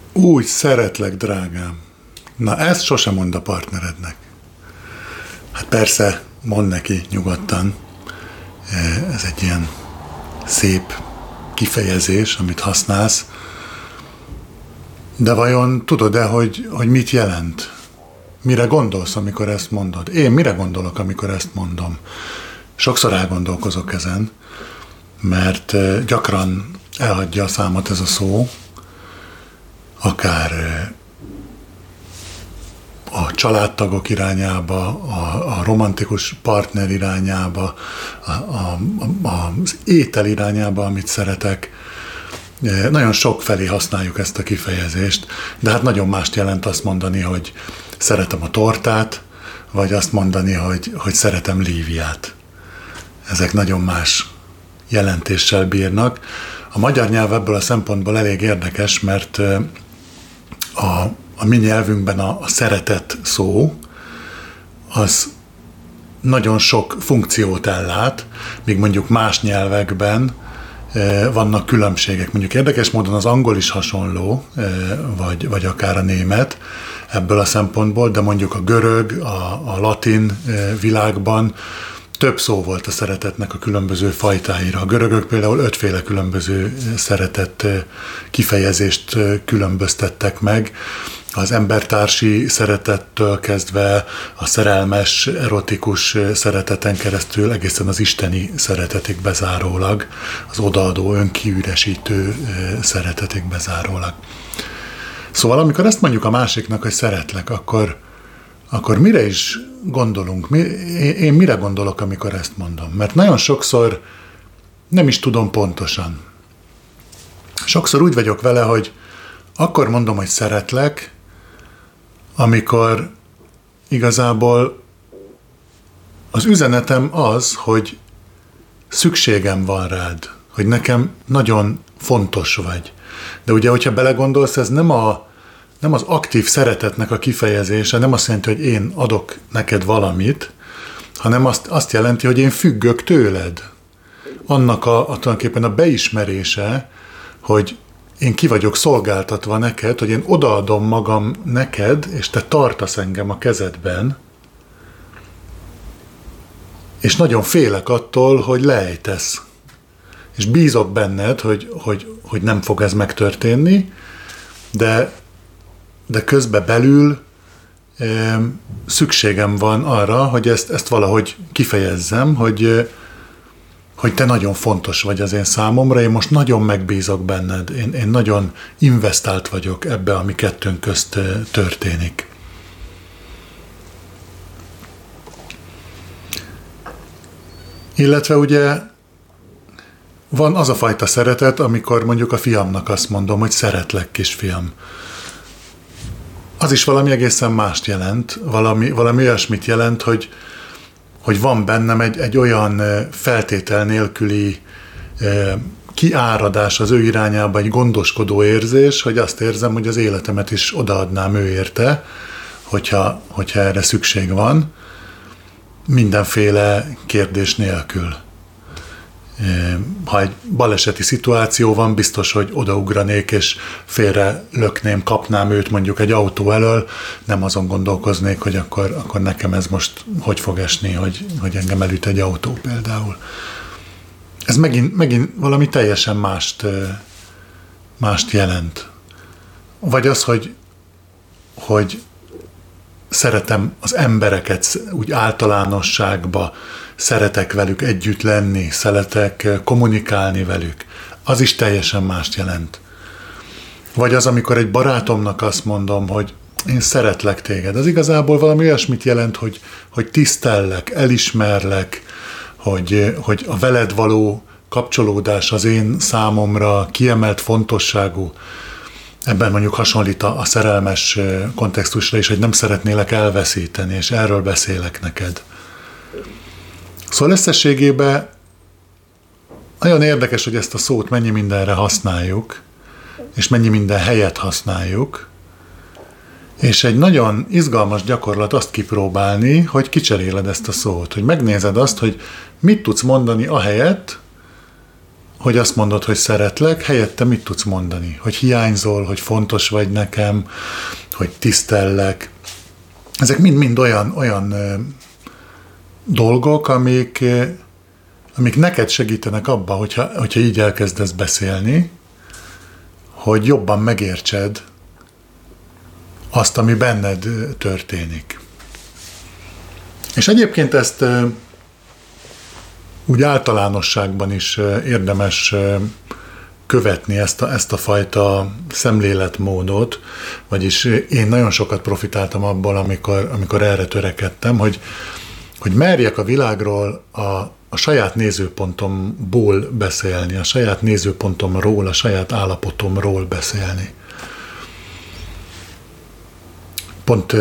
Úgy szeretlek, drágám. Na, ezt sose mondd a partnerednek. Hát persze, mondd neki nyugodtan. Ez egy ilyen szép kifejezés, amit használsz. De vajon tudod-e, hogy mit jelent? Mire gondolsz, amikor ezt mondod? Én mire gondolok, amikor ezt mondom? Sokszor elgondolkozok ezen, mert gyakran elhagyja a számat ez a szó, akár a családtagok irányába, a romantikus partner irányába, az étel irányába, amit szeretek. Nagyon sok felé használjuk ezt a kifejezést, de hát nagyon mást jelent azt mondani, hogy szeretem a tortát, vagy azt mondani, hogy szeretem Líviát. Ezek nagyon más jelentéssel bírnak. A magyar nyelv ebből a szempontból elég érdekes, mert a mi nyelvünkben a szeretet szó az nagyon sok funkciót ellát, míg mondjuk más nyelvekben vannak különbségek. Mondjuk érdekes módon az angol is hasonló, vagy akár a német ebből a szempontból, de mondjuk a görög, a latin világban több szó volt a szeretetnek a különböző fajtáira. A görögök például 5 féle különböző szeretet kifejezést különböztettek meg. Az embertársi szeretettől kezdve a szerelmes, erotikus szereteten keresztül egészen az isteni szeretetig bezárólag, az odaadó, önkiüresítő szeretetig bezárólag. Szóval amikor ezt mondjuk a másiknak, hogy szeretlek, akkor mire is gondolunk? Én mire gondolok, amikor ezt mondom? Mert nagyon sokszor nem is tudom pontosan. Sokszor úgy vagyok vele, hogy akkor mondom, hogy szeretlek, amikor igazából az üzenetem az, hogy szükségem van rád, hogy nekem nagyon fontos vagy. De ugye, hogyha belegondolsz, ez nem az aktív szeretetnek a kifejezése, nem azt jelenti, hogy én adok neked valamit, hanem azt jelenti, hogy én függök tőled. Annak tulajdonképpen a beismerése, hogy én ki vagyok szolgáltatva neked, hogy én odaadom magam neked, és te tartasz engem a kezedben, és nagyon félek attól, hogy leejtesz. És bízok benned, hogy nem fog ez megtörténni, de közben belül szükségem van arra, hogy ezt valahogy kifejezzem, hogy te nagyon fontos vagy az én számomra, én most nagyon megbízok benned, én nagyon investált vagyok ebbe, ami kettőnk közt történik. Illetve ugye van az a fajta szeretet, amikor mondjuk a fiamnak azt mondom, hogy szeretlek, kisfiam. Az is valami egészen mást jelent, valami olyasmit jelent, hogy van bennem egy olyan feltétel nélküli kiáradás az ő irányába, egy gondoskodó érzés, hogy azt érzem, hogy az életemet is odaadnám ő érte, hogyha erre szükség van, mindenféle kérdés nélkül. Ha egy baleseti szituáció van, biztos, hogy odaugranék, és félre lökném, kapnám őt mondjuk egy autó elől, nem azon gondolkoznék, hogy akkor nekem ez most hogy fog esni, hogy engem elüt egy autó például. Ez megint valami teljesen mást jelent. Vagy az, hogy szeretem az embereket úgy általánosságba, szeretek velük együtt lenni, szeretek kommunikálni velük, az is teljesen mást jelent. Vagy az, amikor egy barátomnak azt mondom, hogy én szeretlek téged, az igazából valami olyasmit jelent, hogy tisztellek, elismerlek, hogy a veled való kapcsolódás az én számomra kiemelt fontosságú. Ebben mondjuk hasonlít a szerelmes kontextusra is, hogy nem szeretnélek elveszíteni, és erről beszélek neked. Szóval összességében nagyon érdekes, hogy ezt a szót mennyi mindenre használjuk, és mennyi minden helyet használjuk, és egy nagyon izgalmas gyakorlat azt kipróbálni, hogy kicseréled ezt a szót, hogy megnézed azt, hogy mit tudsz mondani ahelyett, hogy azt mondod, hogy szeretlek, helyette mit tudsz mondani? Hogy hiányzol, hogy fontos vagy nekem, hogy tisztellek. Ezek mind-mind olyan dolgok, amik neked segítenek abban, hogyha így elkezdesz beszélni, hogy jobban megértsed azt, ami benned történik. És egyébként ezt úgy általánosságban is érdemes követni ezt a fajta szemléletmódot, vagyis én nagyon sokat profitáltam abból, amikor erre törekedtem, hogy merjek a világról a saját nézőpontomból beszélni, a saját nézőpontomról, a saját állapotomról beszélni. Pont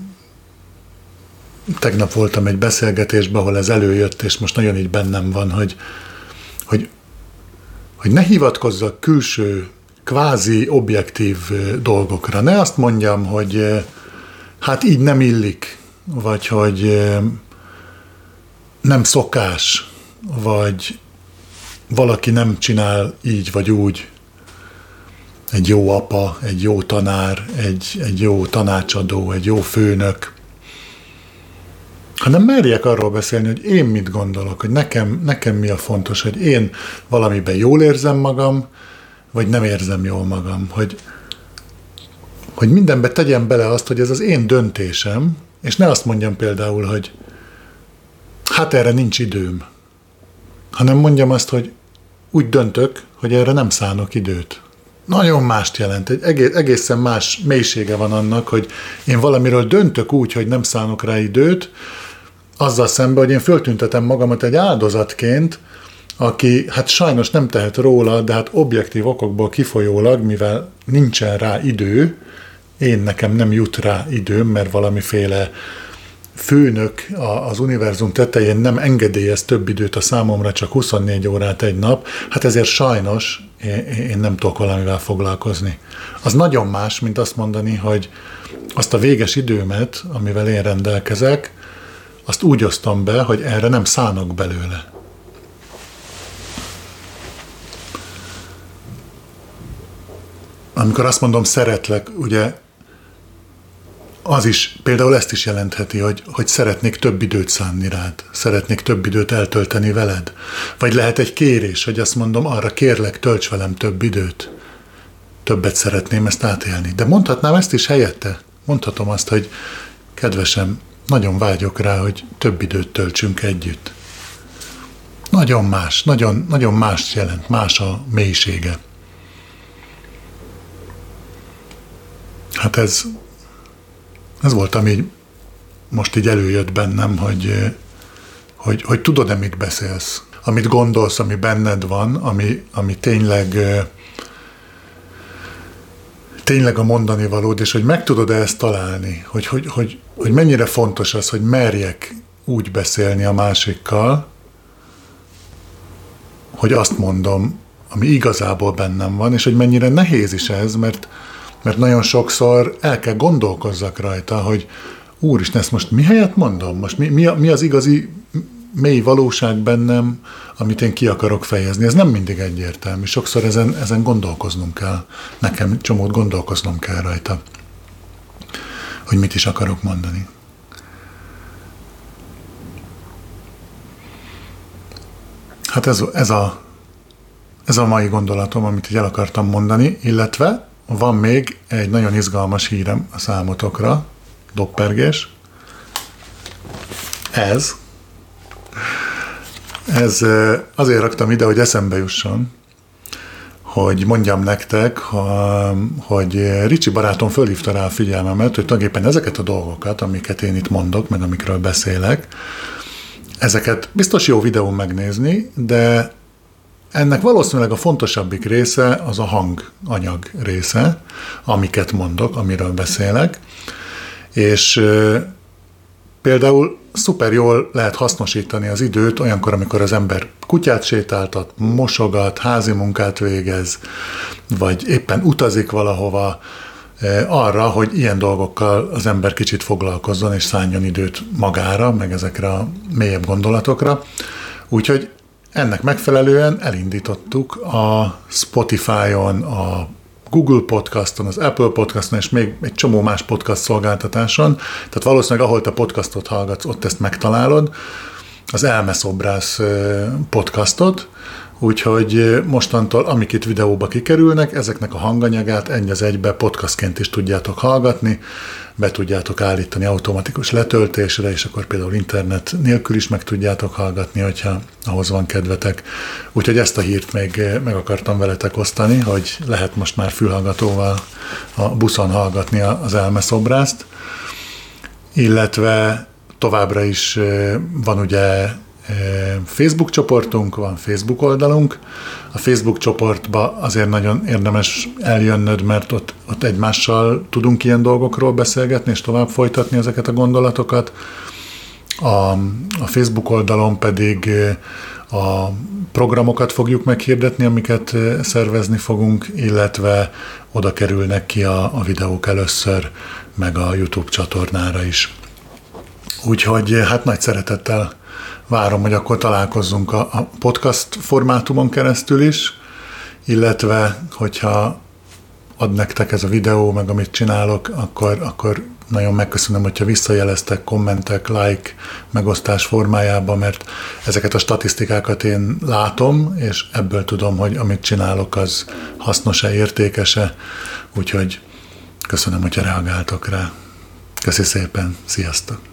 tegnap voltam egy beszélgetésben, ahol ez előjött, és most nagyon így bennem van, hogy ne hivatkozzak külső, kvázi objektív dolgokra. Ne azt mondjam, hogy hát így nem illik, vagy hogy nem szokás, vagy valaki nem csinál így vagy úgy. Egy jó apa, egy jó tanár, egy jó tanácsadó, egy jó főnök. Hanem merjek arról beszélni, hogy én mit gondolok, hogy nekem mi a fontos, hogy én valamiben jól érzem magam, vagy nem érzem jól magam. Hogy mindenbe tegyem bele azt, hogy ez az én döntésem, és ne azt mondjam például, hogy hát erre nincs időm, hanem mondjam azt, hogy úgy döntök, hogy erre nem szánok időt. Nagyon mást jelent, egészen más mélysége van annak, hogy én valamiről döntök úgy, hogy nem szánok rá időt, azzal szemben, hogy én föltüntetem magamat egy áldozatként, aki hát sajnos nem tehet róla, de hát objektív okokból kifolyólag, mivel nincsen rá idő, nekem nem jut rá időm, mert valamiféle főnök az univerzum tetején nem engedélyez több időt a számomra, csak 24 órát egy nap, hát ezért sajnos én nem tudok valamivel foglalkozni. Az nagyon más, mint azt mondani, hogy azt a véges időmet, amivel én rendelkezek, azt úgy osztom be, hogy erre nem szánok belőle. Amikor azt mondom, szeretlek, ugye az is, például ezt is jelentheti, hogy szeretnék több időt szánni rád, szeretnék több időt eltölteni veled. Vagy lehet egy kérés, hogy azt mondom, arra kérlek, tölts velem több időt. Többet szeretném ezt átélni. De mondhatnám ezt is helyette. Mondhatom azt, hogy kedvesem, nagyon vágyok rá, hogy több időt töltsünk együtt. Nagyon más, nagyon más jelent, más a mélysége. Hát ez volt, ami most így előjött bennem, hogy tudod-e, mit beszélsz? Amit gondolsz, ami benned van, ami tényleg a mondani valód, és hogy meg tudod-e ezt találni? Hogy mennyire fontos az, hogy merjek úgy beszélni a másikkal, hogy azt mondom, ami igazából bennem van, és hogy mennyire nehéz is ez, mert nagyon sokszor el kell gondolkozzak rajta, hogy úristen, ezt most mi helyett mondom? Most mi az igazi mély valóság bennem, amit én ki akarok fejezni? Ez nem mindig egyértelmű. Sokszor ezen gondolkoznom kell. Nekem csomót gondolkoznom kell rajta, hogy mit is akarok mondani. Hát ez a mai gondolatom, amit így el akartam mondani, illetve van még egy nagyon izgalmas hírem a számotokra, doppergés. Ez azért raktam ide, hogy eszembe jusson, hogy mondjam nektek, hogy Ricsi barátom fölhívta rá a figyelmemet, hogy tulajdonképpen ezeket a dolgokat, amiket én itt mondok, meg amikről beszélek, ezeket biztos jó videón megnézni, de ennek valószínűleg a fontosabbik része az a hanganyag része, amiket mondok, amiről beszélek, és például szuper jól lehet hasznosítani az időt olyankor, amikor az ember kutyát sétáltat, mosogat, házi munkát végez, vagy éppen utazik valahova, arra, hogy ilyen dolgokkal az ember kicsit foglalkozzon, és szálljon időt magára, meg ezekre a mélyebb gondolatokra. Úgyhogy ennek megfelelően elindítottuk a Spotify-on, a Google Podcaston, az Apple Podcaston, és még egy csomó más podcast szolgáltatáson. Tehát valószínűleg, ahol te podcastot hallgatsz, ott ezt megtalálod. Az Elmeszobrász podcastot, úgyhogy mostantól, amik itt videóba kikerülnek, ezeknek a hanganyagát egy az egybe podcastként is tudjátok hallgatni, be tudjátok állítani automatikus letöltésre, és akkor például internet nélkül is meg tudjátok hallgatni, hogyha ahhoz van kedvetek. Úgyhogy ezt a hírt még meg akartam veletek osztani, hogy lehet most már fülhallgatóval a buszon hallgatni az Elmeszobrást, illetve továbbra is van ugye Facebook csoportunk, van Facebook oldalunk. A Facebook csoportba azért nagyon érdemes eljönnöd, mert ott egymással tudunk ilyen dolgokról beszélgetni, és tovább folytatni ezeket a gondolatokat. A Facebook oldalon pedig a programokat fogjuk meghirdetni, amiket szervezni fogunk, illetve oda kerülnek ki a videók először, meg a YouTube csatornára is. Úgyhogy hát nagy szeretettel várom, hogy akkor találkozzunk a podcast formátumon keresztül is, illetve hogyha ad nektek ez a videó, meg amit csinálok, akkor nagyon megköszönöm, hogyha visszajeleztek, kommentek, like, megosztás formájában, mert ezeket a statisztikákat én látom, és ebből tudom, hogy amit csinálok, az hasznos-e, értékes-e, úgyhogy köszönöm, hogyha reagáltok rá. Köszi szépen, sziasztok!